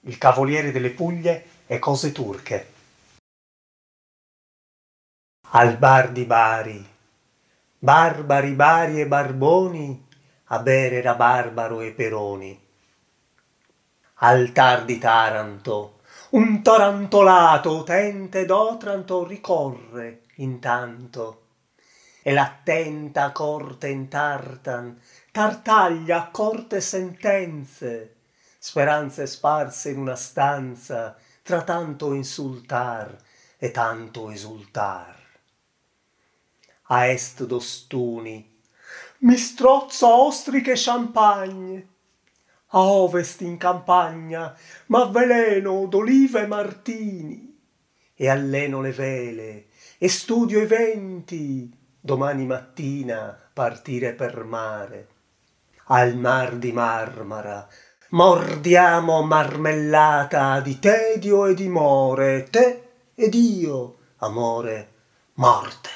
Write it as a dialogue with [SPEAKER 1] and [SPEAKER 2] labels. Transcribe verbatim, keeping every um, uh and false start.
[SPEAKER 1] Il Cavaliere delle Puglie e cose turche. Al bar di Bari, barbari, bari e barboni, a bere da barbaro e peroni. Al tar di Taranto, un tarantolato utente d'Otranto ricorre intanto, e l'attenta corte in tartan tartaglia corte sentenze, speranze sparse in una stanza tra tanto insultar e tanto esultar. A est d'Ostuni mi strozzo ostriche e champagne, a ovest in campagna m'avveleno d'olive e martini, e alleno le vele e studio i venti, domani mattina partire per mare. Al mar di Marmara mordiamo marmellata di tedio e di more, te ed io, amore, morte.